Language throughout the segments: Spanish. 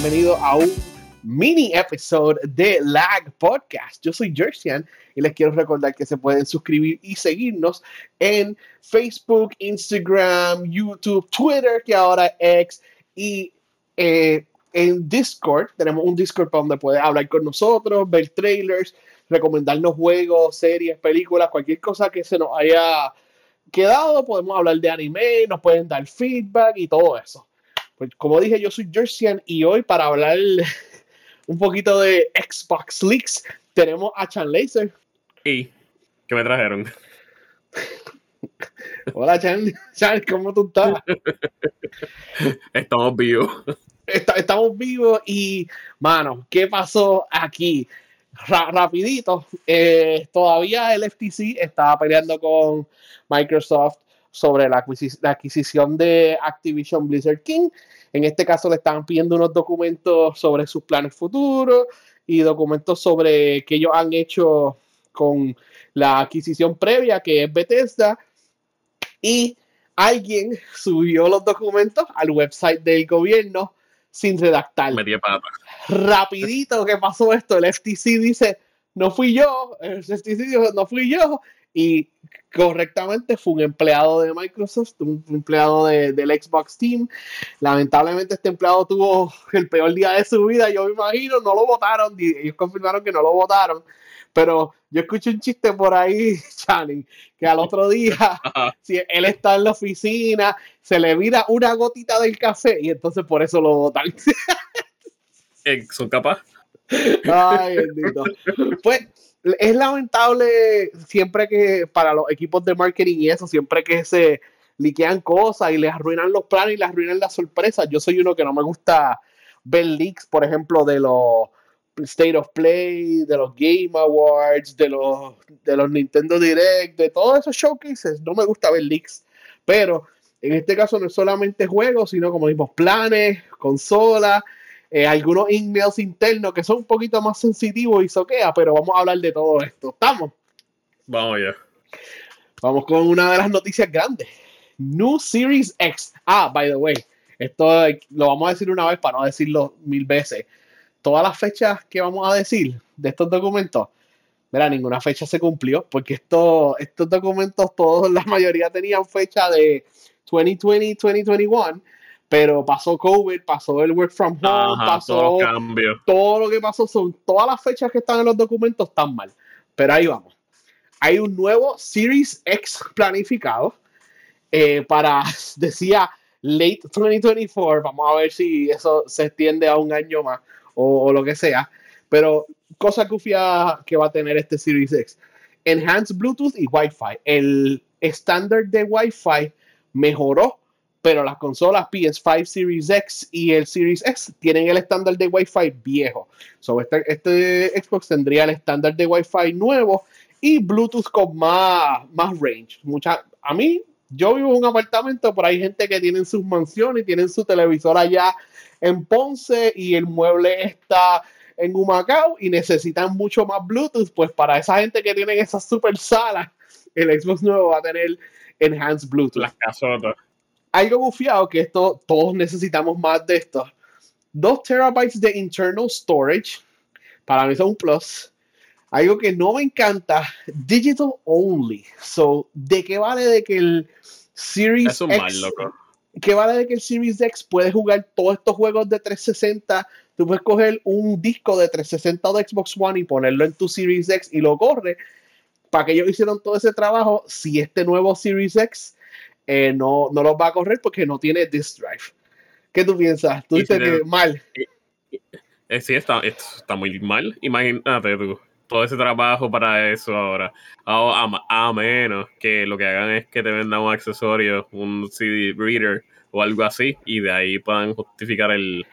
bienvenidos a un mini episode de Lag Podcast. Yo soy Jersian y les quiero recordar que se pueden suscribir y seguirnos en Facebook, Instagram, YouTube, Twitter, que ahora es X, y en Discord. Tenemos un Discord para donde puedes hablar con nosotros, ver trailers, recomendarnos juegos, series, películas, cualquier cosa que se nos haya quedado. Podemos hablar de anime, nos pueden dar feedback y todo eso. Pues como dije, yo soy Jersian y hoy para hablar un poquito de Xbox Leaks tenemos a Chan Laser. ¿Y qué me trajeron? Hola Chan, ¿cómo tú estás? Estamos vivos. Estamos vivos y, mano, ¿qué pasó aquí? Rapidito, todavía el FTC estaba peleando con Microsoft sobre la adquisición de Activision Blizzard King. En este caso le estaban pidiendo unos documentos sobre sus planes futuros y documentos sobre qué ellos han hecho con la adquisición previa, que es Bethesda, y alguien subió los documentos al website del gobierno sin redactar. Metí pata. Rapidito que pasó esto, el FTC dice, no fui yo, el FTC dijo, no fui yo, y correctamente fue un empleado de Microsoft, un empleado del Xbox Team. Lamentablemente este empleado tuvo el peor día de su vida, yo me imagino, no lo votaron, ellos confirmaron que no lo votaron, pero yo escuché un chiste por ahí, Channing, que al otro día, si él está en la oficina, se le vira una gotita del café y entonces por eso lo votan. ¿Son capaces? Ay, bendito. Pues es lamentable siempre que para los equipos de marketing y eso, siempre que se liquean cosas y les arruinan los planes y les arruinan las sorpresas. Yo soy uno que no me gusta ver leaks, por ejemplo, de los State of Play, de los Game Awards, de los Nintendo Direct, de todos esos showcases. No me gusta ver leaks, pero en este caso no es solamente juegos, sino como mismos planes, consolas, algunos emails internos que son un poquito más sensitivos y soquea, pero vamos a hablar de todo esto. ¿Estamos? Vamos ya. Vamos con una de las noticias grandes. New Series X. By the way, esto lo vamos a decir una vez para no decirlo 1000 veces. Todas las fechas que vamos a decir de estos documentos, mira, ninguna fecha se cumplió, porque estos documentos, todos, la mayoría tenían fecha de 2020, 2021, pero pasó COVID, pasó el work from home, pasó todos los cambios. Todo lo que pasó, son todas las fechas que están en los documentos están mal. Pero ahí vamos. Hay un nuevo Series X planificado para, decía, late 2024. Vamos a ver si eso se extiende a un año más o lo que sea. Pero cosa confía que va a tener este Series X. Enhanced Bluetooth y Wi-Fi. El estándar de Wi-Fi mejoró, pero las consolas PS5, Series X y el Series X tienen el estándar de Wi-Fi viejo. So este Xbox tendría el estándar de Wi-Fi nuevo y Bluetooth con más range. A mí, yo vivo en un apartamento, pero hay gente que tienen sus mansiones y tienen su televisor allá en Ponce y el mueble está en Humacao y necesitan mucho más Bluetooth. Pues para esa gente que tienen esas super salas, el Xbox nuevo va a tener Enhanced Bluetooth. Las casotas. Algo bufiado que esto, todos necesitamos más de esto. 2 terabytes de internal storage. Para mí es un plus. Algo que no me encanta, digital only. So, ¿de qué vale de que el Series Eso X... mal, loco. ¿Qué vale de que el Series X puede jugar todos estos juegos de 360? Tú puedes coger un disco de 360 de Xbox One y ponerlo en tu Series X y lo corre. ¿Para que ellos hicieron todo ese trabajo si este nuevo Series X no los va a correr porque no tiene disk drive? ¿Qué tú piensas? ¿Tú dices que mal? Sí, está muy mal. Imagínate tú, todo ese trabajo para eso ahora. A menos que lo que hagan es que te vendan un accesorio, un CD reader o algo así, y de ahí puedan justificar el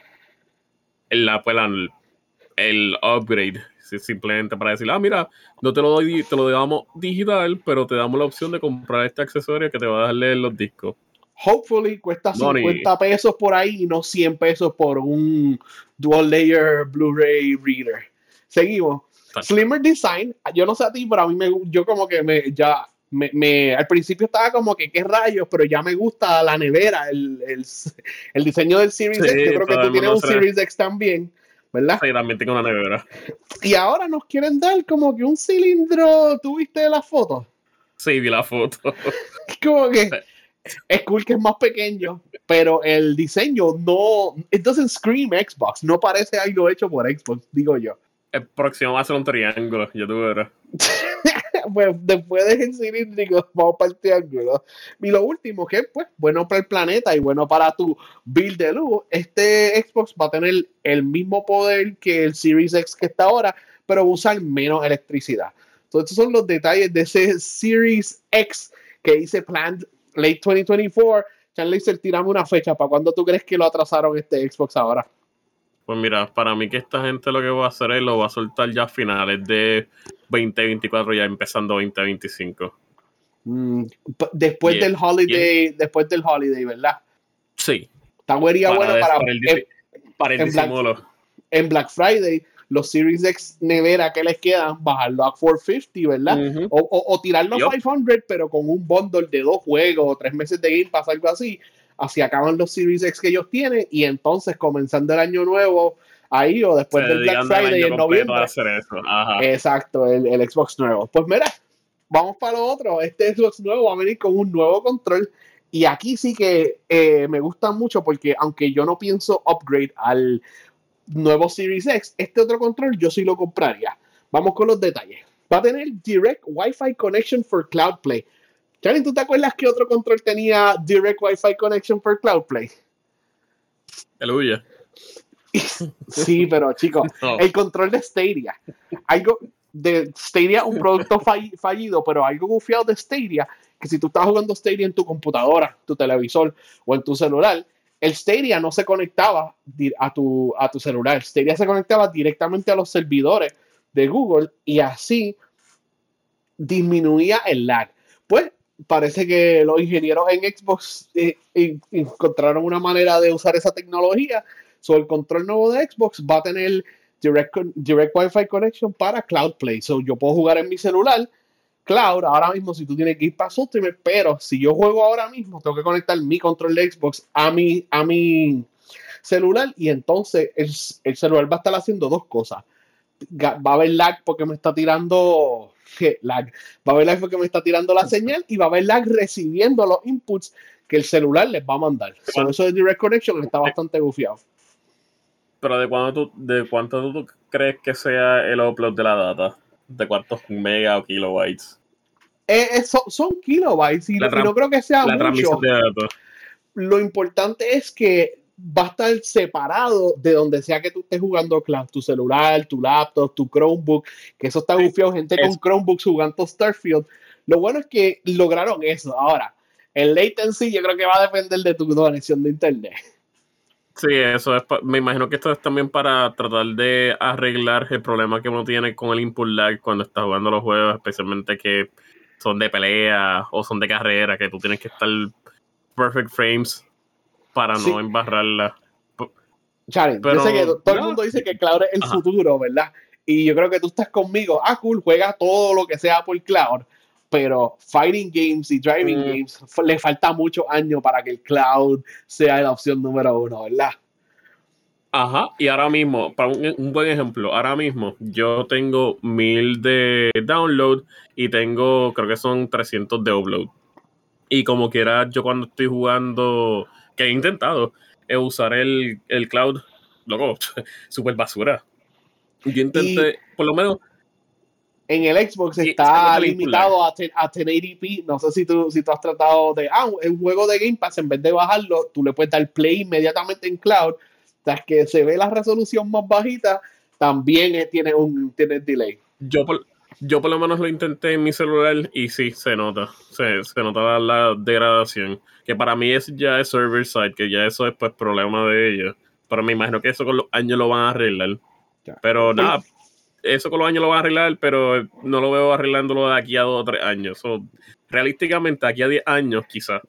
upgrade. Simplemente para decir, mira, no te lo doy, te lo damos digital, pero te damos la opción de comprar este accesorio que te va a leer los discos. Hopefully cuesta 50 pesos por ahí y no 100 pesos por un dual layer Blu-ray reader. Seguimos. Slimmer design, yo no sé a ti, pero a mí yo como que Al principio estaba como que qué rayos, pero ya me gusta la nevera, el diseño del Series X. Yo creo que tú tienes un Series X también, ¿verdad? Sí, también tengo una nevera. Y ahora nos quieren dar como que un cilindro. ¿Tú viste las fotos? Sí, vi la foto. Como que es cool que es más pequeño, pero el diseño no, it doesn't scream Xbox, no parece algo hecho por Xbox, digo yo. El próximo va a ser un triángulo, yo tú verás. Pues después del cilíndrico, vamos para el triángulo. Y lo último, que pues bueno para el planeta y bueno para tu bill de luz, este Xbox va a tener el mismo poder que el Series X que está ahora, pero va a usar menos electricidad. Entonces, estos son los detalles de ese Series X que dice planned late 2024. Charlizer, tirame una fecha. ¿Para cuándo tú crees que lo atrasaron este Xbox ahora? Pues mira, para mí que esta gente lo que va a hacer es lo va a soltar ya a finales de 2024, ya empezando 2025. Después del holiday, ¿verdad? Sí. Está bueno para el disimulo. En Black Friday, los Series X nevera que les quedan, bajarlo a 450, ¿verdad? O tirarlo a 500, pero con un bundle de 2 juegos o 3 meses de Game Pass, algo así. Así acaban los Series X que ellos tienen y entonces comenzando el año nuevo ahí o después del Black Friday en noviembre. Hacer eso. Ajá. Exacto, el Xbox nuevo. Pues mira, vamos para lo otro. Este Xbox nuevo va a venir con un nuevo control y aquí sí que me gusta mucho porque aunque yo no pienso upgrade al nuevo Series X, este otro control yo sí lo compraría. Vamos con los detalles. Va a tener Direct Wi-Fi Connection for Cloud Play. Charlie, ¿tú te acuerdas que otro control tenía Direct Wi-Fi Connection for Cloud Play? El huye. Sí, pero chicos, el control de Stadia. Algo de Stadia, un producto fallido, pero algo gufiado de Stadia, que si tú estás jugando Stadia en tu computadora, tu televisor o en tu celular, el Stadia no se conectaba a tu celular. Stadia se conectaba directamente a los servidores de Google y así disminuía el lag. Pues parece que los ingenieros en Xbox encontraron una manera de usar esa tecnología. So, el control nuevo de Xbox va a tener direct Wi-Fi connection para Cloud Play. So, yo puedo jugar en mi celular Cloud ahora mismo si tú tienes Game Pass Ultimate, pero si yo juego ahora mismo, tengo que conectar mi control de Xbox a mi celular y entonces el celular va a estar haciendo dos cosas. Va a haber lag porque me está tirando va a haber lag porque me está tirando la señal y va a haber lag recibiendo los inputs que el celular les va a mandar. Eso de Direct Connection está bastante gufiado. Pero ¿de cuánto tú crees que sea el upload de la data? ¿De cuántos megas o kilobytes? Son kilobytes y no creo que sea mucho. De datos. Lo importante es que va a estar separado de donde sea que tú estés jugando Cloud, tu celular, tu laptop, tu Chromebook, que eso está gufiado, gente con Chromebooks jugando Starfield. Lo bueno es que lograron eso. Ahora, el latency yo creo que va a depender de tu conexión de internet. Sí, eso es. Me imagino que esto es también para tratar de arreglar el problema que uno tiene con el input lag cuando está jugando los juegos, especialmente que son de pelea o son de carrera, que tú tienes que estar perfect frames para no embarrarla. Charen, yo sé que todo el mundo dice que Cloud es el futuro, ¿verdad? Y yo creo que tú estás conmigo. Cool, juega todo lo que sea por Cloud, pero fighting games y driving games le falta muchos años para que el Cloud sea la opción número 1, ¿verdad? Ajá, y ahora mismo, para un buen ejemplo, ahora mismo yo tengo 1000 de download y tengo, creo que son 300 de upload. Y como quiera, yo cuando estoy jugando, que he intentado, usar el cloud, loco, súper basura. Yo intenté, por lo menos... En el Xbox está limitado a 1080p. No sé si tú has tratado de... un juego de Game Pass, en vez de bajarlo, tú le puedes dar play inmediatamente en cloud. Tras que se ve la resolución más bajita, también tiene delay. Yo por lo menos lo intenté en mi celular y sí, se nota. Se nota la degradación. Que para mí ya es server side, que ya eso es pues problema de ellos. Pero me imagino que eso con los años lo van a arreglar. Pero nada, eso con los años lo van a arreglar, pero no lo veo arreglándolo de aquí a 2 o 3 años. So, realísticamente, aquí a 10 años quizás.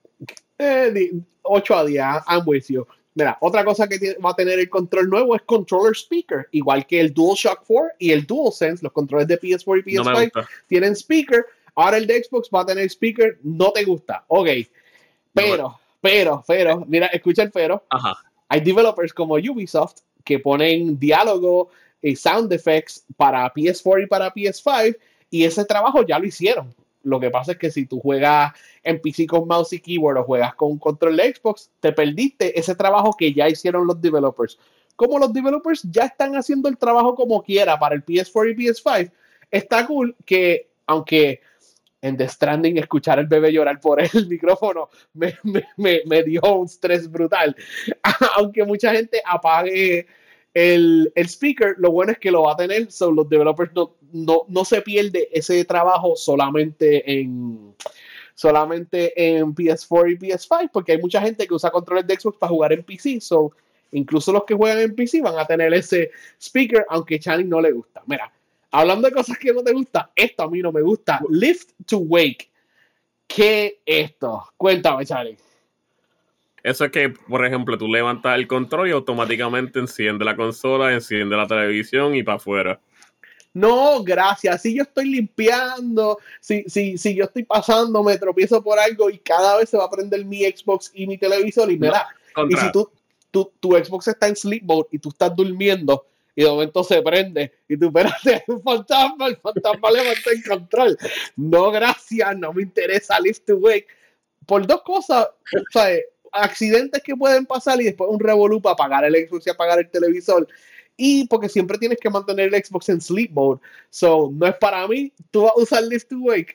8 a 10, I'm with you. Mira, otra cosa que va a tener el control nuevo es controller speaker, igual que el DualShock 4 y el DualSense, los controles de PS4 y PS5 tienen speaker, Ahora el de Xbox va a tener speaker, no te gusta. Ok, pero, mira, escucha el pero. Ajá. Hay developers como Ubisoft que ponen diálogo y sound effects para PS4 y para PS5 y ese trabajo ya lo hicieron. Lo que pasa es que si tú juegas en PC con mouse y keyboard o juegas con un control de Xbox, te perdiste ese trabajo que ya hicieron los developers. Como los developers ya están haciendo el trabajo como quiera para el PS4 y PS5, está cool que, aunque en The Stranding escuchar al bebé llorar por el micrófono me dio un estrés brutal. Aunque mucha gente apague el speaker, lo bueno es que lo va a tener, so los developers no se pierde ese trabajo solamente en PS4 y PS5, porque hay mucha gente que usa controles de Xbox para jugar en PC, so incluso los que juegan en PC van a tener ese speaker, aunque Channing no le gusta. Mira, hablando de cosas que no te gusta, esto a mí no me gusta. Lift to Wake. ¿Qué es esto? Cuéntame, Charlie. Eso es que, por ejemplo, tú levantas el control y automáticamente enciende la consola, enciende la televisión y para afuera. No, gracias. Si yo estoy limpiando, si yo estoy pasando, me tropiezo por algo y cada vez se va a prender mi Xbox y mi televisor y me da. Y si tu Xbox está en sleep mode y tú estás durmiendo y de momento se prende y tú espérate, el fantasma levanta el control. No, gracias, no me interesa Lift to Wake. Por dos cosas, ¿sabes? Accidentes que pueden pasar y después un revolú para apagar el Xbox y apagar el televisor. Y porque siempre tienes que mantener el Xbox en sleep mode. So, no es para mí. Tú vas a usar Lift to Wake.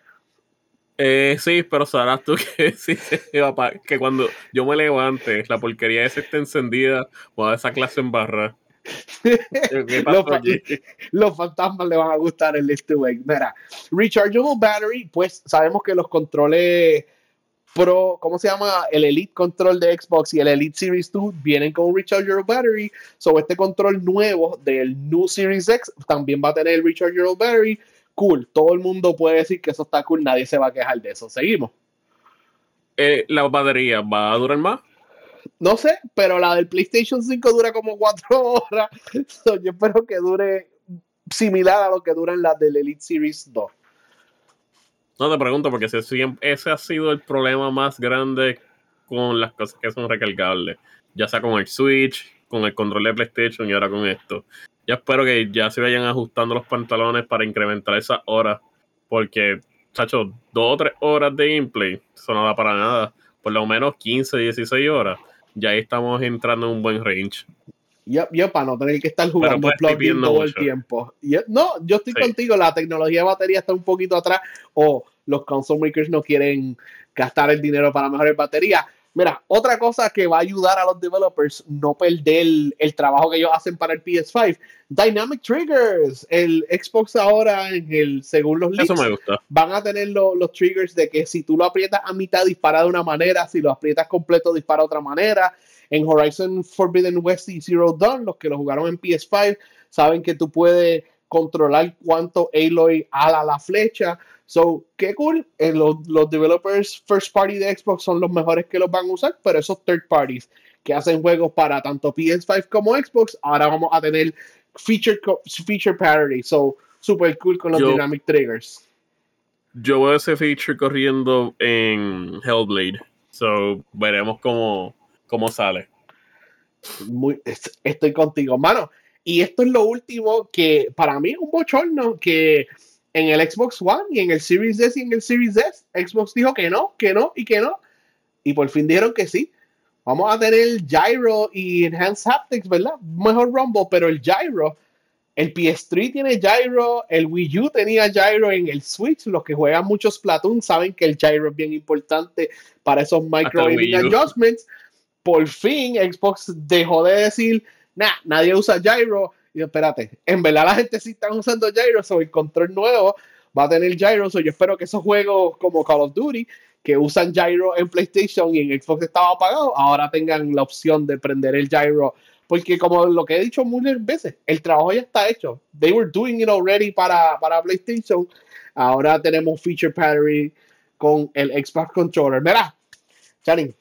Sí, pero sabrás tú que, sí, que cuando yo me levante, la porquería esa está encendida, o a esa clase en barra. ¿Qué pasó aquí? Los fantasmas le van a gustar el Lift to Wake. Mira, Rechargeable Battery, pues sabemos que los controles Pro, ¿cómo se llama? El Elite Control de Xbox y el Elite Series 2 vienen con un Rechargeable Battery. So, este control nuevo del New Series X también va a tener el Rechargeable Battery. Cool. Todo el mundo puede decir que eso está cool. Nadie se va a quejar de eso. Seguimos. ¿La batería va a durar más? No sé, pero la del PlayStation 5 dura como 4 horas. So, yo espero que dure similar a lo que duran las del Elite Series 2. No te pregunto, porque ese ha sido el problema más grande con las cosas que son recargables. Ya sea con el Switch, con el control de PlayStation y ahora con esto. Ya espero que ya se vayan ajustando los pantalones para incrementar esas horas. Porque, chacho, 2 o 3 horas de gameplay, eso no da para nada. Por lo menos 15, 16 horas. Ya ahí estamos entrando en un buen range. Yo para no tener que estar jugando pues, plugin todo mucho. el tiempo. No, yo estoy contigo, la tecnología de batería está un poquito atrás o los console makers no quieren gastar el dinero para mejorar batería. Mira, otra cosa que va a ayudar a los developers no perder el trabajo que ellos hacen para el PS5, Dynamic Triggers. El Xbox ahora, según los leaks, eso me gusta. van a tener los triggers de que si tú lo aprietas a mitad dispara de una manera, si lo aprietas completo dispara de otra manera. En Horizon Forbidden West y Zero Dawn, los que lo jugaron en PS5 saben que tú puedes controlar cuánto Aloy ala la flecha. So, qué cool. Los developers first party de Xbox son los mejores que los van a usar, pero esos third parties que hacen juegos para tanto PS5 como Xbox, ahora vamos a tener feature parity. So, super cool con los Dynamic Triggers. Yo veo ese feature corriendo en Hellblade. So, veremos cómo sale. Estoy contigo, mano. Y esto es lo último que para mí es un bochorno que en el Xbox One y en el Series S y en el Series S, Xbox dijo que no, que no y que no. Y por fin dijeron que sí. Vamos a tener Gyro y Enhanced Haptics, ¿verdad? Mejor Rumble, pero el Gyro, el PS3 tiene Gyro, el Wii U tenía Gyro en el Switch. Los que juegan muchos Splatoon saben que el Gyro es bien importante para esos micro-aiming adjustments. Por fin Xbox dejó de decir, nadie usa Gyro. Y yo, espérate, en verdad la gente sí está usando Gyro, so el control nuevo va a tener Gyro, so yo espero que esos juegos como Call of Duty, que usan Gyro en PlayStation y en Xbox estaba apagado, ahora tengan la opción de prender el Gyro, porque como lo que he dicho muchas veces, el trabajo ya está hecho. They were doing it already para PlayStation, ahora tenemos feature parity con el Xbox Controller. Mira, Charin,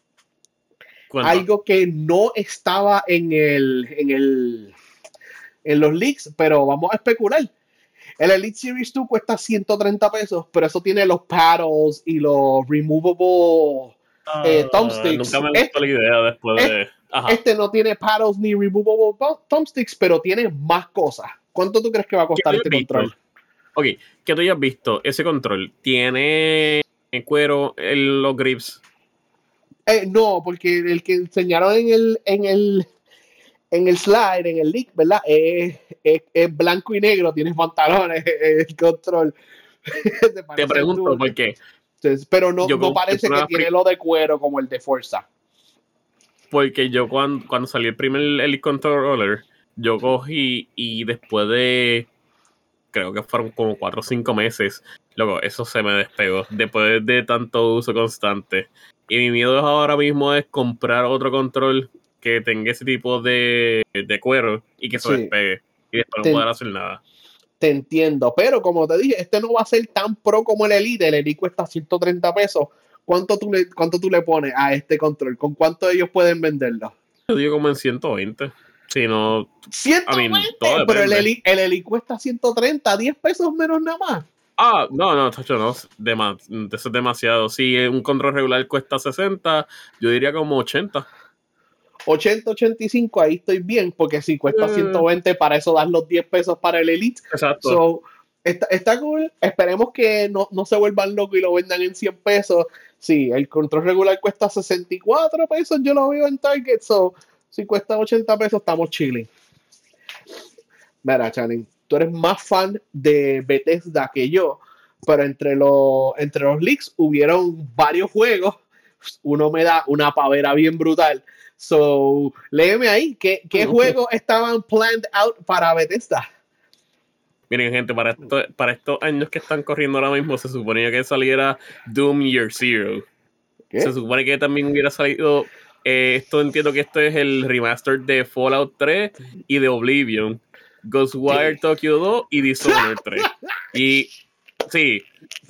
algo que no estaba en los leaks, pero vamos a especular. El Elite Series 2 cuesta $130, pero eso tiene los paddles y los removable thumbsticks. Nunca me gustó la idea después de... Ajá. Este no tiene paddles ni removable thumbsticks, pero tiene más cosas. ¿Cuánto tú crees que va a costar este control? Ok, que tú hayas visto, ese control tiene en cuero los grips. No, porque el que enseñaron en el slide, en el leak, ¿verdad? Es blanco y negro, tienes pantalones, el control. Te pregunto por qué. Entonces, pero no parece que tiene lo de cuero como el de Forza. Porque yo cuando salió el primer Elite Controller, yo cogí y después de, creo que fueron como 4 o 5 meses, luego eso se me despegó, después de tanto uso constante. Y mi miedo ahora mismo es comprar otro control que tenga ese tipo de cuero y que se despegue. Y después no poder hacer nada. Te entiendo, pero como te dije, este no va a ser tan pro como el Elite cuesta $130. ¿Cuánto tú le pones a este control? ¿Con cuánto ellos pueden venderlo? Yo digo como en 120. Si no, 120, pero el Elite cuesta 130, $10 menos nada más. No, tacho, no. Eso es demasiado. Si un control regular cuesta 60, yo diría como 80. 80, 85, ahí estoy bien, porque si cuesta 120, para eso das los $10 para el Elite. Exacto. So, está cool. Esperemos que no se vuelvan locos y lo vendan en $100. Sí, el control regular cuesta $64, yo lo veo en Target. So, si cuesta $80, estamos chilling. Mira, Channing, tú eres más fan de Bethesda que yo, pero entre los leaks hubieron varios juegos. Uno me da una pavera bien brutal. So, léeme ahí, ¿qué juegos estaban planned out para Bethesda? Miren, gente, para estos años que están corriendo ahora mismo, se suponía que saliera Doom Year Zero. ¿Qué? Se supone que también hubiera salido... entiendo que esto es el remaster de Fallout 3 y de Oblivion, Ghostwire Tokyo 2 y Dishonored 3. Y sí.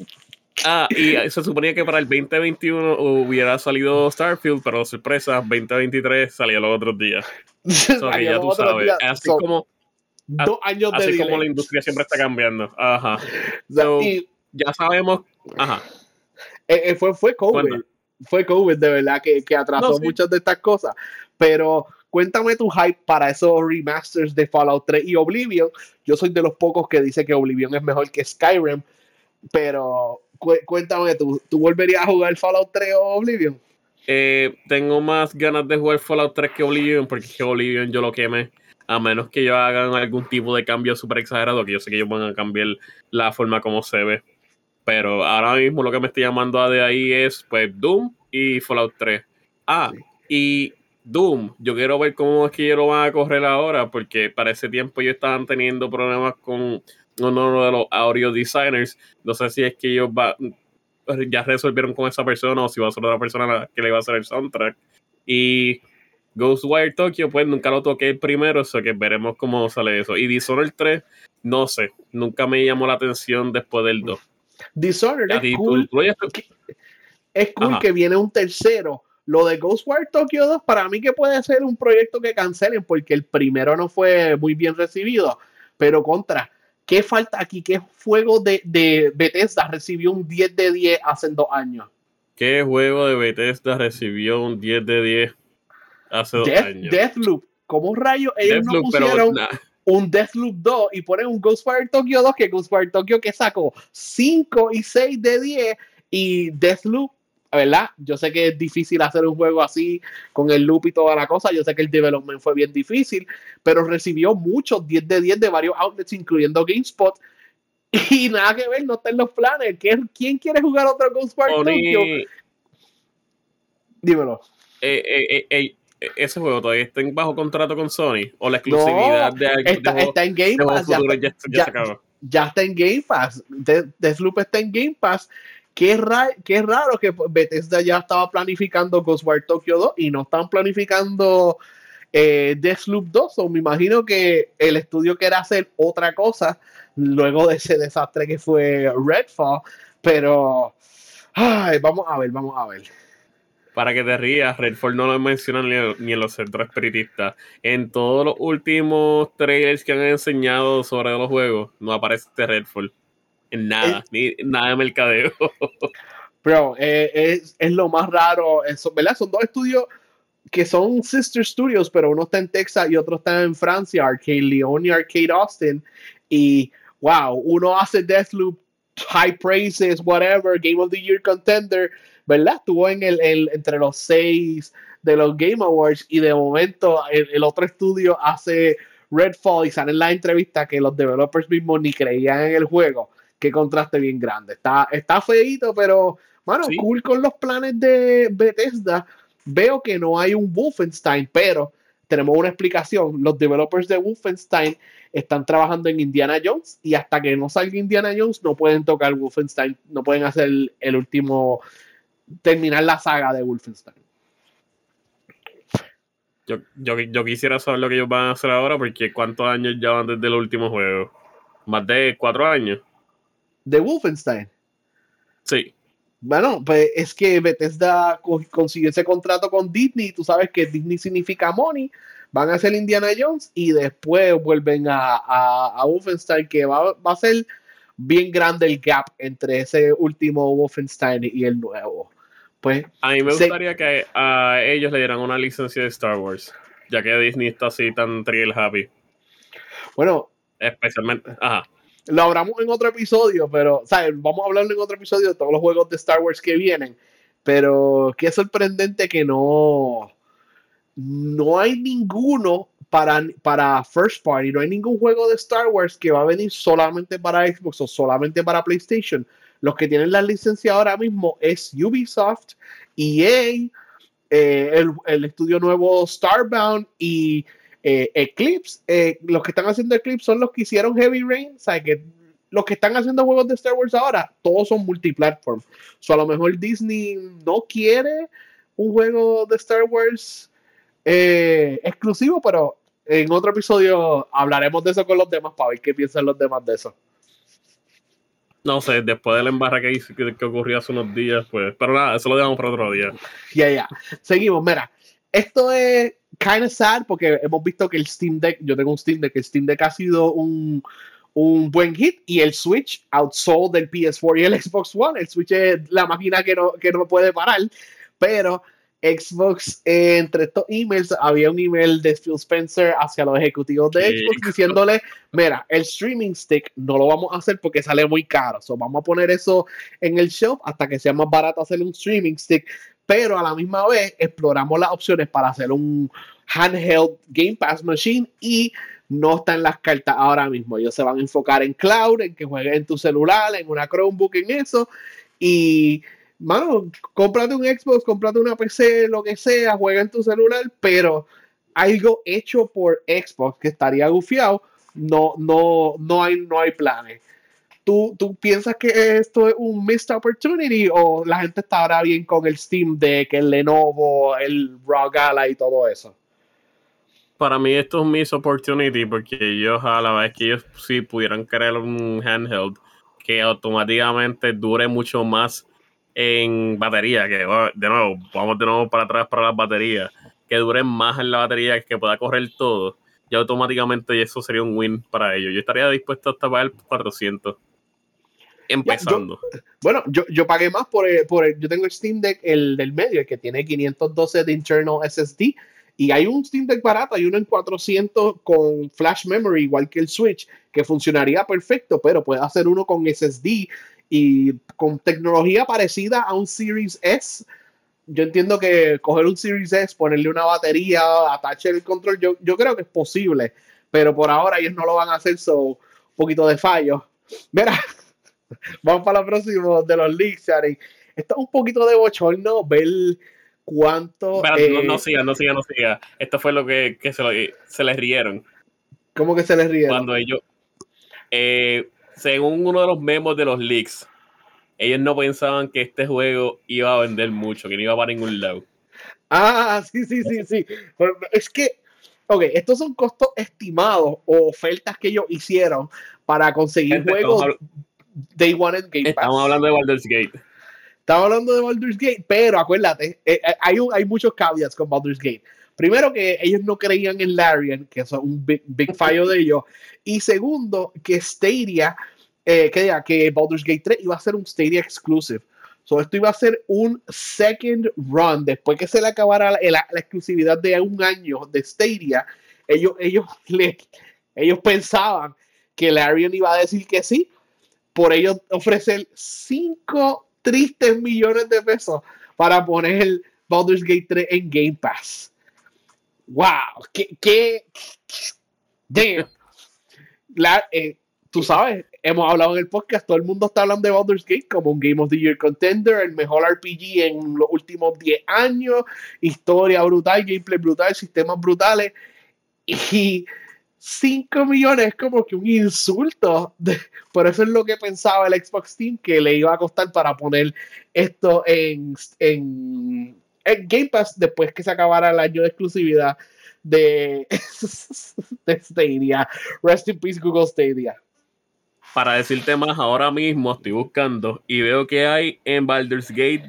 Y se suponía que para el 2021 hubiera salido Starfield, pero sorpresa, 2023 salió los otros días. So que ya tú sabes. Así como 2 años así de como delay. la industria siempre está cambiando. Ajá. So, ya sabemos. Ajá. Fue COVID. Cuenta. Fue COVID, de verdad, que atrasó muchas de estas cosas. Pero cuéntame tu hype para esos remasters de Fallout 3 y Oblivion. Yo soy de los pocos que dice que Oblivion es mejor que Skyrim. Pero cuéntame, ¿tú volverías a jugar Fallout 3 o Oblivion? Tengo más ganas de jugar Fallout 3 que Oblivion, porque es que Oblivion yo lo quemé. A menos que ellos hagan algún tipo de cambio súper exagerado, que yo sé que ellos van a cambiar la forma como se ve. Pero ahora mismo lo que me estoy llamando de ahí es pues Doom y Fallout 3. Y Doom, yo quiero ver cómo es que ellos lo van a correr ahora, porque para ese tiempo ellos estaban teniendo problemas con uno de los audio designers. No sé si es que ellos ya resolvieron con esa persona o si va a ser otra persona que le va a hacer el soundtrack. Y Ghostwire Tokyo, pues nunca lo toqué primero, eso que veremos cómo sale eso. Y Dishonored 3, no sé, nunca me llamó la atención después del 2. Dishonored es cool. Es cool que viene un tercero. Lo de Ghostwire Tokyo 2, para mí que puede ser un proyecto que cancelen, porque el primero no fue muy bien recibido. Pero ¿qué falta aquí? ¿Qué juego de Bethesda recibió un 10 de 10 hace 2 años? ¿Qué juego de Bethesda recibió un 10 de 10 hace 2 años? Deathloop. ¿Cómo rayos ellos no pusieron un Deathloop 2 y ponen un Ghostwire Tokyo 2, que Ghostwire Tokyo que sacó 5 y 6 de 10 y Deathloop, ¿verdad? Yo sé que es difícil hacer un juego así con el loop y toda la cosa, yo sé que el development fue bien difícil, pero recibió muchos 10 de 10 de varios outlets, incluyendo GameSpot, y nada que ver, no está en los planes. ¿Quién quiere jugar otro Ghostwire Tokyo? Dímelo. ¿Ese juego todavía está bajo contrato con Sony? ¿O la exclusividad está en Game Pass? Ya está en Game Pass. Deathloop está en Game Pass. Qué raro que Bethesda ya estaba planificando Ghostwire Tokyo 2 y no están planificando Deathloop 2. Me imagino que el estudio quiere hacer otra cosa luego de ese desastre que fue Redfall. Pero vamos a ver. Para que te rías, Redfall no lo mencionan ni en los centros espiritistas. En todos los últimos trailers que han enseñado sobre los juegos, no aparece Redfall. En nada, ni nada de mercadeo. Pero es lo más raro, eso, ¿verdad? Son dos estudios que son sister studios, pero uno está en Texas y otro está en Francia, Arcade Lyon y Arcade Austin. Y wow, uno hace Deathloop, high praises, whatever, Game of the Year contender, ¿verdad? Estuvo entre los 6 de los Game Awards y de momento el otro estudio hace Redfall y sale en la entrevista que los developers mismos ni creían en el juego. Qué contraste bien grande. Está feíto, pero, bueno, Sí. cool con los planes de Bethesda. Veo que no hay un Wolfenstein, pero tenemos una explicación. Los developers de Wolfenstein están trabajando en Indiana Jones y hasta que no salga Indiana Jones no pueden tocar Wolfenstein, no pueden hacer el último, terminar la saga de Wolfenstein. Yo quisiera saber lo que ellos van a hacer ahora, porque ¿cuántos años llevan desde el último juego? ¿Más de 4 años? ¿De Wolfenstein? Sí. Bueno, pues es que Bethesda consiguió ese contrato con Disney. Tú sabes que Disney significa money. Van a hacer Indiana Jones y después vuelven a Wolfenstein, que va a ser bien grande el gap entre ese último Wolfenstein y el nuevo. Pues, A mí me gustaría que a ellos le dieran una licencia de Star Wars, ya que Disney está así tan thrill happy. Bueno, especialmente, ajá. Lo hablamos en otro episodio, pero, ¿sabes? Vamos a hablar en otro episodio de todos los juegos de Star Wars que vienen. Pero qué sorprendente que no hay ninguno para First Party, no hay ningún juego de Star Wars que va a venir solamente para Xbox o solamente para PlayStation. Los que tienen la licencia ahora mismo es Ubisoft, EA, el estudio nuevo Starbound y Eclipse. Los que están haciendo Eclipse son los que hicieron Heavy Rain. O sea, que los que están haciendo juegos de Star Wars ahora, todos son multiplatform. So, a lo mejor Disney no quiere un juego de Star Wars exclusivo, pero en otro episodio hablaremos de eso con los demás para ver qué piensan los demás de eso. No sé, después de la embarra que ocurrió hace unos días, pues, pero nada, eso lo dejamos para otro día. Ya. Seguimos, mira, esto es kind of sad porque hemos visto que el Steam Deck, yo tengo un Steam Deck, el Steam Deck ha sido un buen hit y el Switch outsold del PS4 y el Xbox One. El Switch es la máquina que no puede parar, pero Xbox, entre estos emails, había un email de Phil Spencer hacia los ejecutivos de Xbox diciéndole, mira, el streaming stick no lo vamos a hacer porque sale muy caro, so vamos a poner eso en el shelf hasta que sea más barato hacer un streaming stick, pero a la misma vez exploramos las opciones para hacer un handheld Game Pass machine y no está en las cartas ahora mismo. Ellos se van a enfocar en cloud, en que juegues en tu celular, en una Chromebook, en eso, y mano, cómprate un Xbox, cómprate una PC, lo que sea, juega en tu celular, pero algo hecho por Xbox que estaría gufiado, no hay planes. ¿Tú piensas que esto es un missed opportunity o la gente está ahora bien con el Steam Deck, el Lenovo, el ROG Ally y todo eso? Para mí esto es un missed opportunity porque ellos, a la vez que ellos sí pudieran crear un handheld que automáticamente dure mucho más en batería, que vamos de nuevo para atrás para las baterías, que dure más en la batería, que pueda correr todo, y automáticamente eso sería un win para ellos. Yo estaría dispuesto hasta pagar 400 empezando. Yo pagué más yo tengo el Steam Deck, el del medio, el que tiene 512 de internal SSD, y hay un Steam Deck barato, hay uno en 400 con flash memory, igual que el Switch, que funcionaría perfecto, pero puede hacer uno con SSD y con tecnología parecida a un Series S. Yo entiendo que coger un Series S, ponerle una batería, atachar el control, yo creo que es posible, pero por ahora ellos no lo van a hacer, un poquito de fallo. Mira, vamos para lo próximo de los leaks, Shari. Esto es un poquito de bochorno ver cuánto... No siga. Esto fue lo que se les rieron. ¿Cómo que se les rieron? Cuando ellos, según uno de los memos de los leaks, ellos no pensaban que este juego iba a vender mucho, que no iba para ningún lado. Ah, sí. Pero es que, ok, estos son costos estimados o ofertas que ellos hicieron para conseguir juegos Day One en Game Pass. Estamos hablando de Baldur's Gate. Estamos hablando de Baldur's Gate, pero acuérdate, hay muchos caveats con Baldur's Gate. Primero, que ellos no creían en Larian, que eso es un big fallo de ellos. Y segundo, que Stadia, que Baldur's Gate 3 iba a ser un Stadia exclusive. So, esto iba a ser un second run. Después que se le acabara la exclusividad de un año de Stadia, ellos pensaban que Larian iba a decir que sí, por ellos ofrecer 5 tristes millones de pesos para poner Baldur's Gate 3 en Game Pass. ¡Wow! Damn. Tú sabes, hemos hablado en el podcast, todo el mundo está hablando de Baldur's Gate como un Game of the Year contender, el mejor RPG en los últimos 10 años, historia brutal, gameplay brutal, sistemas brutales, y 5 millones es como que un insulto. Por eso es lo que pensaba el Xbox Team que le iba a costar para poner esto en Game Pass después que se acabara el año de exclusividad de Stadia. Rest in peace, Google Stadia. Para decirte más, ahora mismo estoy buscando y veo que hay en Baldur's Gate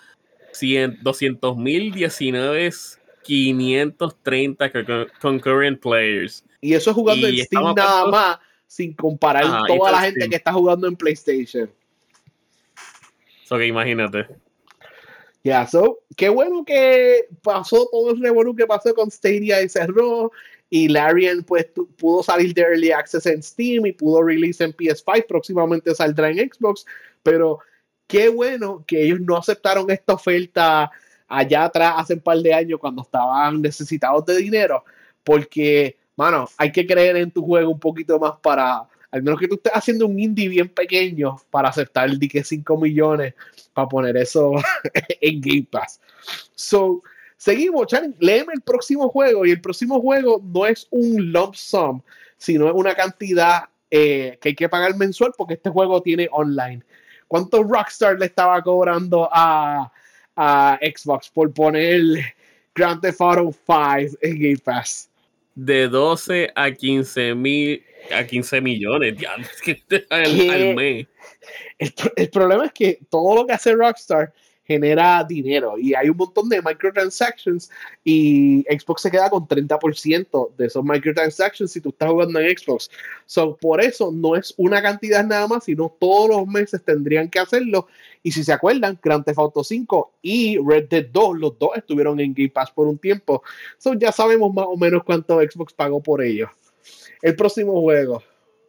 200,019,530 concurrent players. Y eso es jugando en Steam nada más, sin comparar toda la gente que está jugando en PlayStation. So que imagínate. Ya, qué bueno que pasó todo el revolú que pasó con Stadia y cerró. Y Larian pues pudo salir de Early Access en Steam y pudo release en PS5. Próximamente saldrá en Xbox. Pero qué bueno que ellos no aceptaron esta oferta allá atrás hace un par de años cuando estaban necesitados de dinero. Porque, mano, hay que creer en tu juego un poquito más para... Al menos que tú estés haciendo un indie bien pequeño para aceptar el dique 5 millones para poner eso en Game Pass. So, seguimos, Chan, léeme el próximo juego. Y el próximo juego no es un lump sum, sino es una cantidad que hay que pagar mensual porque este juego tiene online. ¿Cuánto Rockstar le estaba cobrando a Xbox por poner Grand Theft Auto 5 en Game Pass? De 12 a 15 millones, diablos, al mes. El problema es que todo lo que hace Rockstar genera dinero y hay un montón de microtransactions y Xbox se queda con 30% de esos microtransactions si tú estás jugando en Xbox. So, por eso no es una cantidad nada más, sino todos los meses tendrían que hacerlo. Y si se acuerdan, Grand Theft Auto 5 y Red Dead 2, los dos estuvieron en Game Pass por un tiempo. So, ya sabemos más o menos cuánto Xbox pagó por ellos. El próximo juego.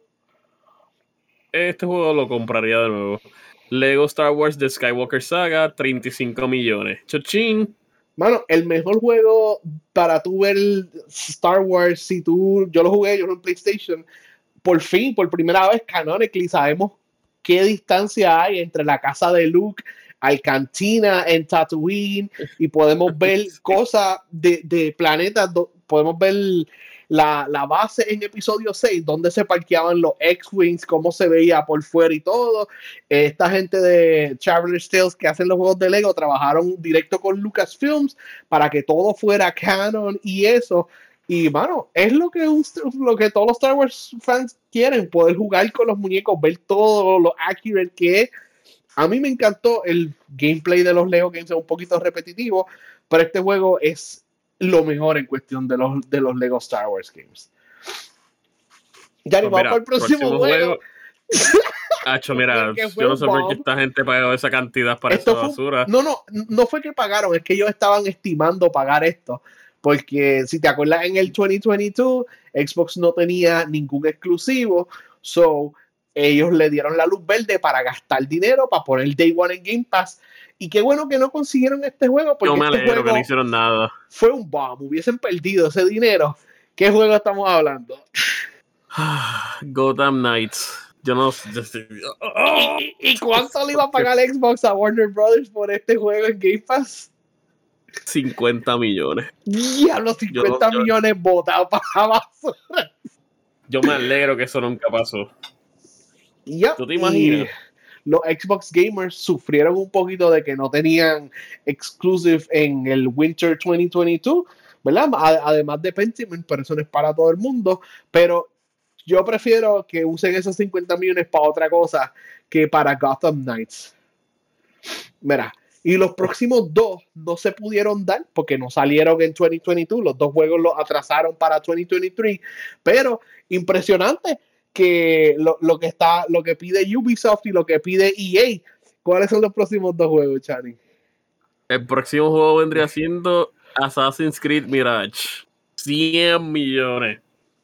Este juego lo compraría de nuevo. Lego Star Wars The Skywalker Saga, 35 millones. ¡Chochín! Mano, el mejor juego para tú ver Star Wars, yo lo jugué, yo en PlayStation, por fin, por primera vez, canonically, sabemos qué distancia hay entre la casa de Luke al cantina en Tatooine y podemos ver cosas de planetas, podemos ver la base en episodio 6, donde se parqueaban los X-Wings, cómo se veía por fuera y todo. Esta gente de Traveler's Tales que hacen los juegos de Lego trabajaron directo con Lucasfilms para que todo fuera canon y eso. Y, mano, es lo que todos los Star Wars fans quieren, poder jugar con los muñecos, ver todo lo accurate que es. A mí me encantó el gameplay de los Lego Games, es un poquito repetitivo, pero este juego es lo mejor en cuestión de los Lego Star Wars Games. Ya pues vamos para el próximo juego. Hacho, mira, yo no sé por qué esta gente pagó esa cantidad para esa basura. No fue que pagaron, es que ellos estaban estimando pagar esto. Porque si te acuerdas, en el 2022 Xbox no tenía ningún exclusivo, so ellos le dieron la luz verde para gastar dinero, para poner Day One en Game Pass. Y qué bueno que no consiguieron este juego, porque no me alegro que no hicieron nada. Fue un bomb, hubiesen perdido ese dinero. ¿Qué juego estamos hablando? Gotham Knights. Yo no sé. ¿Y cuánto le iba a pagar Xbox a Warner Brothers por este juego en Game Pass? 50 millones. Ya los 50 millones botados para la basura. Yo me alegro que eso nunca pasó. Yep. ¿Tú te imaginas? Los Xbox gamers sufrieron un poquito de que no tenían exclusive en el Winter 2022, ¿verdad? Además de Pentiment, pero eso no es para todo el mundo. Pero yo prefiero que usen esos 50 millones para otra cosa que para Gotham Knights. Mira, y los próximos dos no se pudieron dar porque no salieron en 2022. Los dos juegos los atrasaron para 2023. Pero impresionante que lo que pide Ubisoft y lo que pide EA. ¿Cuáles son los próximos dos juegos, Chani? El próximo juego vendría siendo Assassin's Creed Mirage. 100 millones.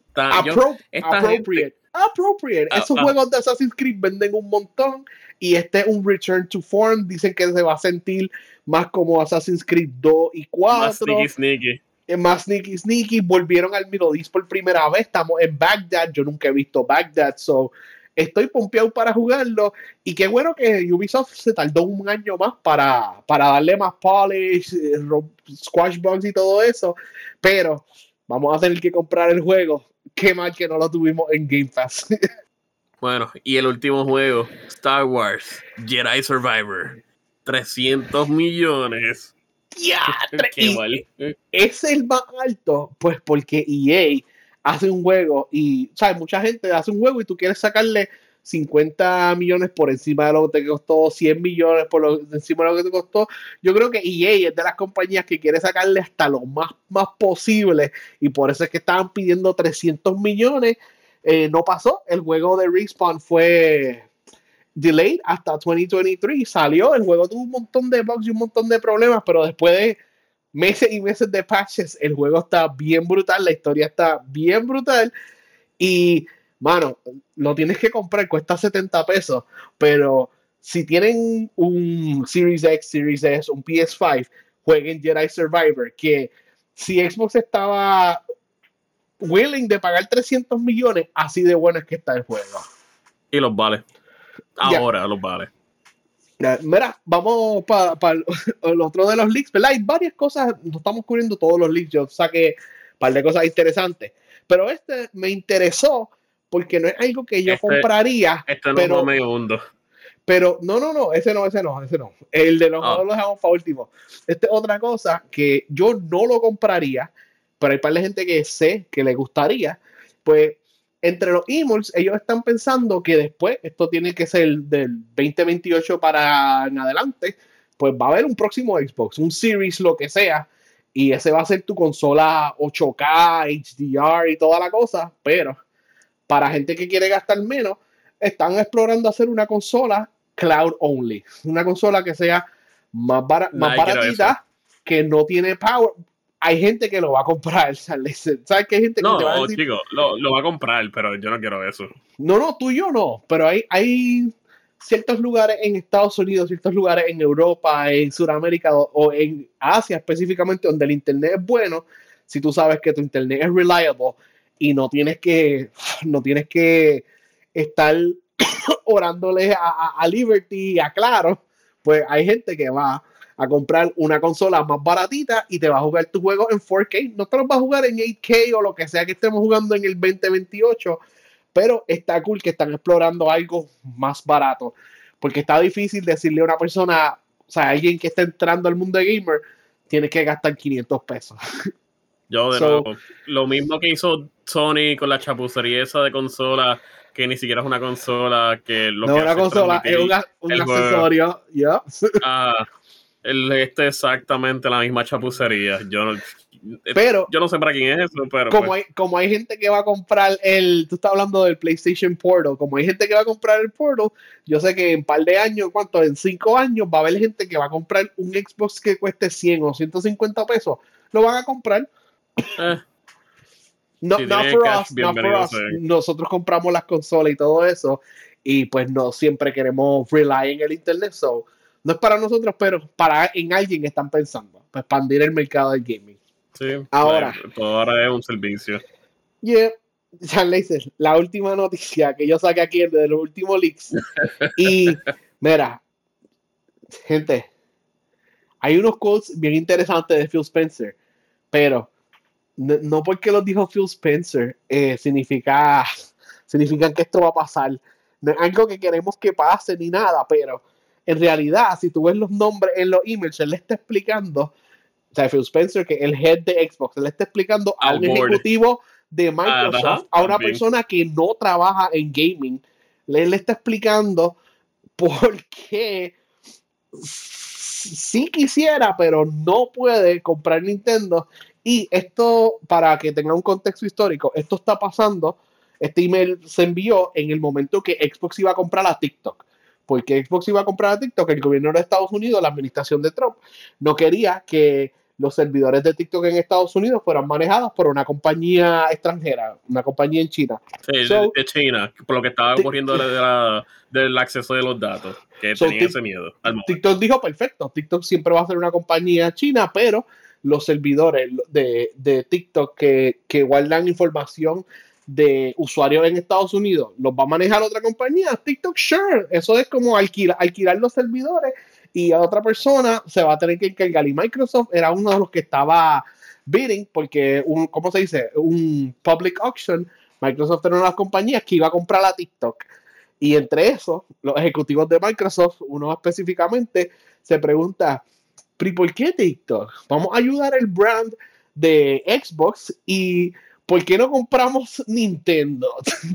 Appropriate. Esos juegos de Assassin's Creed venden un montón y este es un return to form. Dicen que se va a sentir más como Assassin's Creed 2 y 4. Más sneaky. Más sneaky. Volvieron al Middle East por primera vez. Estamos en Baghdad. Yo nunca he visto Baghdad. So, estoy pompeado para jugarlo. Y qué bueno que Ubisoft se tardó un año más para darle más polish, squash bugs y todo eso. Pero vamos a tener que comprar el juego. Qué mal que no lo tuvimos en Game Pass. Bueno, y el último juego, Star Wars Jedi Survivor. 300 millones. Qué mal. Es el más alto, pues porque EA hace un juego y, ¿sabes? Mucha gente hace un juego y tú quieres sacarle 50 millones por encima de lo que te costó, 100 millones por encima de lo que te costó. Yo creo que EA es de las compañías que quiere sacarle hasta lo más posible y por eso es que estaban pidiendo 300 millones. No pasó. El juego de Respawn fue delayed hasta 2023. Salió, el juego tuvo un montón de bugs y un montón de problemas, pero después de meses y meses de patches, el juego está bien brutal, la historia está bien brutal y, mano, lo tienes que comprar, cuesta 70 pesos, pero si tienen un Series X, Series S, un PS5, jueguen Jedi Survivor, que si Xbox estaba willing de pagar 300 millones, así de bueno es que está el juego. Y los vale. Ahora los vale. Mira, vamos para el otro de los leaks, ¿verdad? Hay varias cosas, no estamos cubriendo todos los leaks, yo saqué un par de cosas interesantes, pero este me interesó porque no es algo que yo compraría. Este no es medio mundo. Pero no, ese no. El de los juegos lo dejamos para último. Esta es otra cosa que yo no lo compraría, pero hay par de gente que sé que le gustaría. Pues entre los emails, ellos están pensando que después, esto tiene que ser del 2028 para en adelante, pues va a haber un próximo Xbox, un Series, lo que sea, y ese va a ser tu consola 8K, HDR y toda la cosa, pero para gente que quiere gastar menos, están explorando hacer una consola cloud only, una consola que sea más baratita, que no tiene power. Hay gente que lo va a comprar, ¿sabes? Que hay gente que te va a decir, chico, lo va a comprar, pero yo no quiero eso. No, tú y yo no, pero hay ciertos lugares en Estados Unidos, ciertos lugares en Europa, en Sudamérica o en Asia específicamente, donde el internet es bueno, si tú sabes que tu internet es reliable y no tienes que estar orándole a Liberty, a Claro, pues hay gente que va a comprar una consola más baratita y te va a jugar tu juego en 4K. No te los va a jugar en 8K o lo que sea que estemos jugando en el 2028, pero está cool que están explorando algo más barato, porque está difícil decirle a una persona, o sea, alguien que está entrando al mundo de gamer, tiene que gastar 500 pesos. Yo de nuevo, lo mismo que hizo Sony con la chapucería esa de consola, que ni siquiera es una consola, que lo no que una consola, es un accesorio. Yeah. Exactamente la misma chapucería. Yo no sé para quién es eso, pero como hay gente que va a comprar tú estás hablando del PlayStation Portal, como hay gente que va a comprar el Portal, yo sé que en un par de años, en 5 años va a haber gente que va a comprar un Xbox que cueste 100 o 150 pesos, lo van a comprar. Not for us. Nosotros compramos las consolas y todo eso, y pues no siempre queremos rely en el internet, so no es para nosotros, pero en alguien están pensando, para expandir el mercado del gaming. Sí, ahora es un servicio. Yeah, la última noticia que yo saqué aquí es de los últimos leaks. Y mira, gente, hay unos quotes bien interesantes de Phil Spencer, pero no porque los dijo Phil Spencer significan que esto va a pasar. No es algo que queremos que pase ni nada, pero en realidad, si tú ves los nombres en los emails, él le está explicando, o sea, Phil Spencer, que es el head de Xbox, él le está explicando a un ejecutivo de Microsoft, a una persona que no trabaja en gaming, le está explicando por qué sí quisiera, pero no puede comprar Nintendo. Y esto, para que tenga un contexto histórico, esto está pasando, este email se envió en el momento que Xbox iba a comprar a TikTok. Porque Xbox iba a comprar a TikTok, el gobierno de Estados Unidos, la administración de Trump, no quería que los servidores de TikTok en Estados Unidos fueran manejados por una compañía extranjera, una compañía en China. Sí, de China, por lo que estaba ocurriendo del acceso de los datos, que So, tenía ese miedo al momento. TikTok dijo, perfecto, TikTok siempre va a ser una compañía china, pero los servidores de TikTok que guardan información de usuarios en Estados Unidos, ¿los va a manejar otra compañía? TikTok, sure. Eso es como alquilar los servidores y a otra persona se va a tener que encargar. Y Microsoft era uno de los que estaba bidding, porque, ¿cómo se dice? Un public auction. Microsoft era una de las compañías que iba a comprar a TikTok. Y entre eso, los ejecutivos de Microsoft, uno específicamente, se pregunta, ¿pero por qué TikTok? Vamos a ayudar el brand de Xbox y ¿por qué no compramos Nintendo?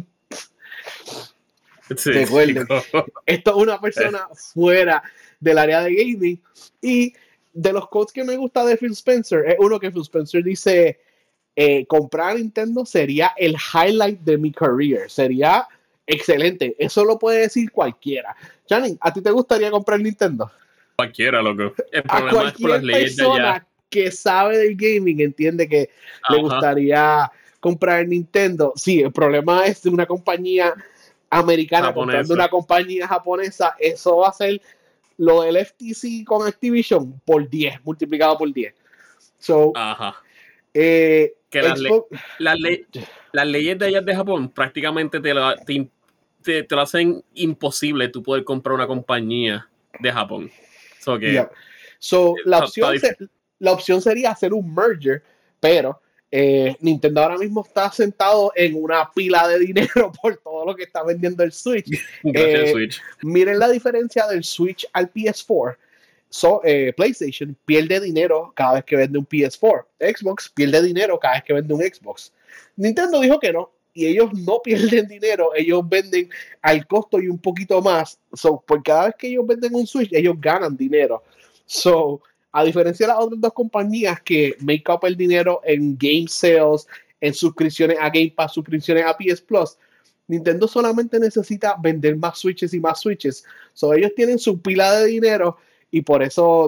Sí, Recuerden, esto es una persona fuera del área de gaming. Y de los quotes que me gusta de Phil Spencer, es uno que Phil Spencer dice, comprar Nintendo sería el highlight de mi career, sería excelente, eso lo puede decir cualquiera. Janine, ¿a ti te gustaría comprar Nintendo? cualquiera, loco. El A problema es por las cualquier leyes de allá. persona que sabe del gaming entiende que le Ajá, gustaría comprar Nintendo. Sí, el problema es de una compañía americana comprando japonesa. una compañía japonesa, eso va a ser lo del FTC con Activision por 10, multiplicado por 10. So, Ajá. Que Xbox, las, le- las leyes de allá de Japón prácticamente te lo hacen imposible tú poder comprar una compañía de Japón. So que yeah. So, está difícil. la opción sería hacer un merger, pero Nintendo ahora mismo está sentado en una pila de dinero por todo lo que está vendiendo el Switch. Gracias al Switch. Miren la diferencia del Switch al PS4. PlayStation pierde dinero cada vez que vende un PS4. Xbox pierde dinero cada vez que vende un Xbox. Nintendo dijo que no, y ellos no pierden dinero, ellos venden al costo y un poquito más. So, por cada vez que ellos venden un Switch, ellos ganan dinero. So, a diferencia de las otras dos compañías que make up el dinero en game sales, en suscripciones a Game Pass, suscripciones a PS Plus, Nintendo solamente necesita vender más Switches y más Switches. So, ellos tienen su pila de dinero y por eso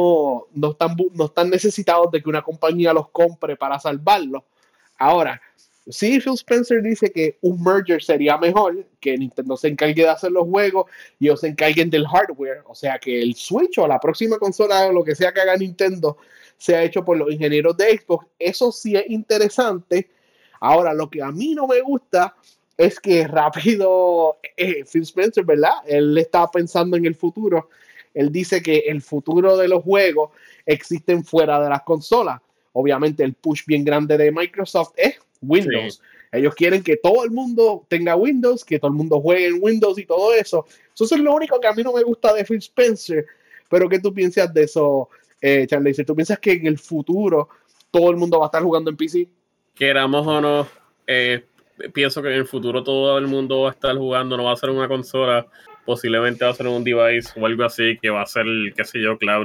no están necesitados de que una compañía los compre para salvarlos. Ahora, sí, Phil Spencer dice que un merger sería mejor, que Nintendo se encargue de hacer los juegos y ellos se encarguen del hardware, o sea, que el Switch o la próxima consola o lo que sea que haga Nintendo sea hecho por los ingenieros de Xbox. Eso sí es interesante. Ahora, lo que a mí no me gusta es que rápido Phil Spencer, ¿verdad? Él está pensando en el futuro. Él dice que el futuro de los juegos existen fuera de las consolas. Obviamente el push bien grande de Microsoft es Windows. Sí. Ellos quieren que todo el mundo tenga Windows, que todo el mundo juegue en Windows y todo eso. Eso es lo único que a mí no me gusta de Phil Spencer. Pero ¿qué tú piensas de eso, Charlie? ¿Tú piensas que en el futuro todo el mundo va a estar jugando en PC? Queramos o no, pienso que en el futuro todo el mundo va a estar jugando, no va a ser una consola, posiblemente va a ser un device o algo así que va a ser, qué sé yo, cloud.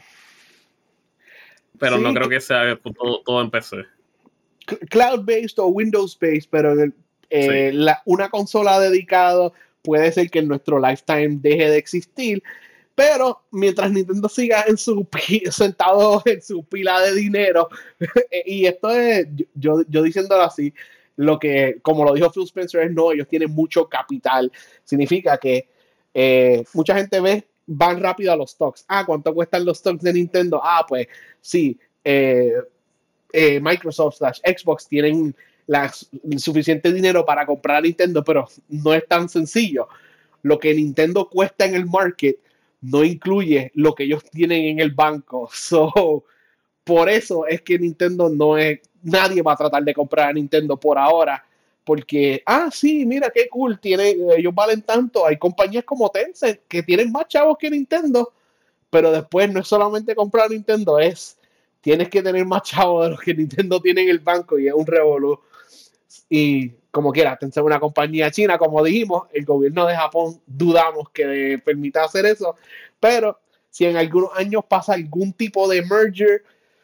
Pero no Sí, creo que sea todo en PC. cloud-based o Windows-based, pero Sí. una consola dedicada puede ser que en nuestro lifetime deje de existir, pero mientras Nintendo siga sentado en su pila de dinero, y esto es, yo diciéndolo así, lo que, como lo dijo Phil Spencer, es no, ellos tienen mucho capital. Significa que mucha gente van rápido a los stocks. Ah, ¿cuánto cuestan los stocks de Nintendo? Ah, pues sí, Microsoft/Xbox tienen el suficiente dinero para comprar a Nintendo, pero no es tan sencillo. Lo que Nintendo cuesta en el market no incluye lo que ellos tienen en el banco. So, por eso es que Nintendo no es, nadie va a tratar de comprar a Nintendo por ahora, porque, sí, mira qué cool, ellos valen tanto. Hay compañías como Tencent que tienen más chavos que Nintendo, pero después no es solamente comprar Nintendo, tienes que tener más chavos de los que Nintendo tiene en el banco y es un revolú. Y como quiera, Tencent es una compañía china, como dijimos, el gobierno de Japón dudamos que permita hacer eso, pero si en algunos años pasa algún tipo de merger,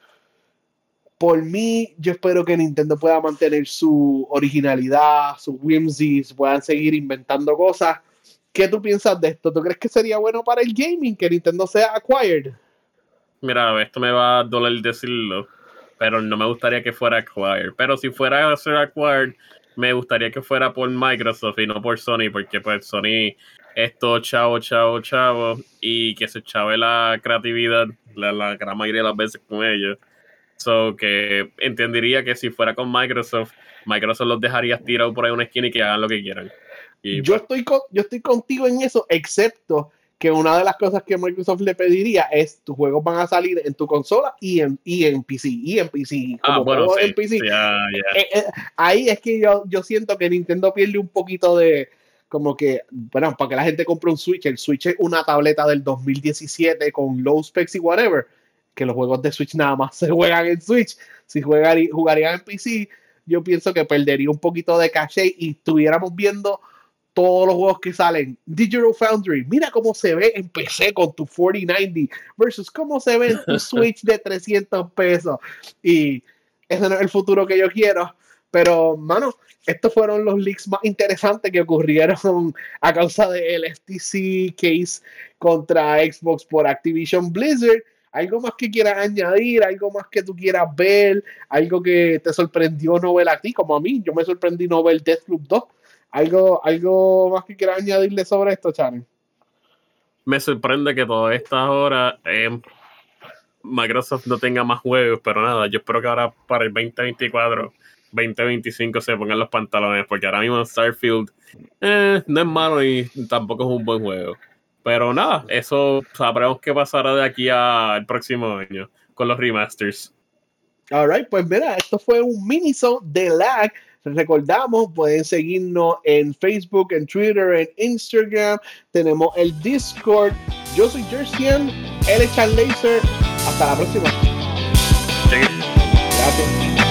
por mí, yo espero que Nintendo pueda mantener su originalidad, sus whimsies, puedan seguir inventando cosas. ¿Qué tú piensas de esto? ¿Tú crees que sería bueno para el gaming que Nintendo sea acquired? Mira, esto me va a doler decirlo, pero no me gustaría que fuera acquired. Pero si fuera a ser acquired, me gustaría que fuera por Microsoft y no por Sony, porque pues Sony es todo chavo, y que se chave la creatividad la gran mayoría de las veces con ellos. So que entendería que si fuera con Microsoft los dejaría tirados por ahí en una esquina y que hagan lo que quieran. Y Yo pues, estoy contigo en eso, excepto que una de las cosas que Microsoft le pediría es tus juegos van a salir en tu consola y en PC, como bueno, todo en sí, PC. ya. Ahí es que yo siento que Nintendo pierde un poquito de, como que, bueno, para que la gente compre un Switch, el Switch es una tableta del 2017 con low specs y whatever, que los juegos de Switch nada más se juegan en Switch. Si jugarían en PC, yo pienso que perdería un poquito de caché y estuviéramos viendo todos los juegos que salen. Digital Foundry, mira cómo se ve en PC con tu 4090 versus cómo se ve en tu Switch de 300 pesos. Y ese no es el futuro que yo quiero. Pero, mano, estos fueron los leaks más interesantes que ocurrieron a causa del FTC case contra Xbox por Activision Blizzard. ¿Algo más que quieras añadir? ¿Algo más que tú quieras ver? ¿Algo que te sorprendió no ver a ti? Como a mí, yo me sorprendí no ver Deathloop 2. ¿Algo más que quieras añadirle sobre esto, Chani? Me sorprende que todas estas horas Microsoft no tenga más juegos, pero nada, yo espero que ahora para el 2024, 2025 se pongan los pantalones, porque ahora mismo Starfield no es malo y tampoco es un buen juego. Pero nada, eso sabremos qué pasará de aquí al próximo año con los remasters. Alright, pues mira, esto fue un mini-show de lag. Recordamos, pueden seguirnos en Facebook, en Twitter, en Instagram. Tenemos el Discord. Yo soy Jersian, él es Chan Laser. Hasta la próxima. Sí. Gracias.